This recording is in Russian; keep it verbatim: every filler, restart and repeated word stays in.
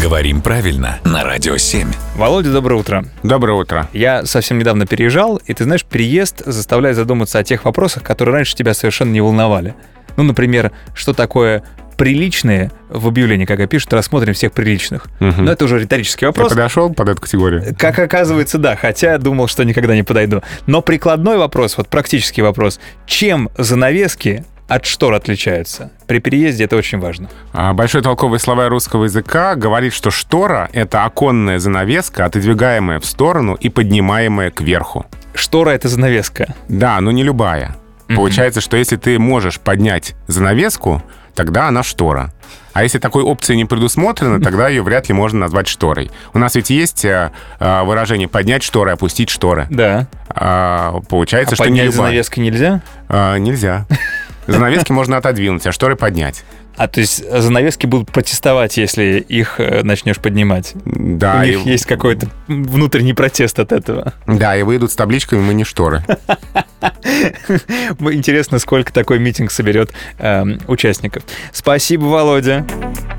Говорим правильно на Радио семь. Володя, доброе утро. Доброе утро. Я совсем недавно переезжал, и ты знаешь, переезд заставляет задуматься о тех вопросах, которые раньше тебя совершенно не волновали. Ну, например, что такое приличные в объявлении, как и пишут, рассмотрим всех приличных. Угу. Но это уже риторический вопрос. Ты подошел под эту категорию? Как оказывается, да, хотя думал, что никогда не подойду. Но прикладной вопрос, вот практический вопрос, чем занавески от штор отличаются? При переезде это очень важно. Большой толковый словарь русского языка говорит, что штора — это оконная занавеска, отодвигаемая в сторону и поднимаемая кверху. Штора — это занавеска? Да, но не любая. Mm-hmm. Получается, что если ты можешь поднять занавеску, тогда она штора. А если такой опции не предусмотрено, тогда ее вряд ли можно назвать шторой. У нас ведь есть э, выражение «поднять шторы», «опустить шторы». Да. А, получается, а что поднять не любая. занавески нельзя? А, нельзя. Занавески можно отодвинуть, а шторы поднять. А то есть занавески будут протестовать, если их начнешь поднимать? Да. У них и... есть какой-то внутренний протест от этого. Да, и выйдут с табличками «Мы не шторы». Интересно, сколько такой митинг соберет э, участников. Спасибо, Володя.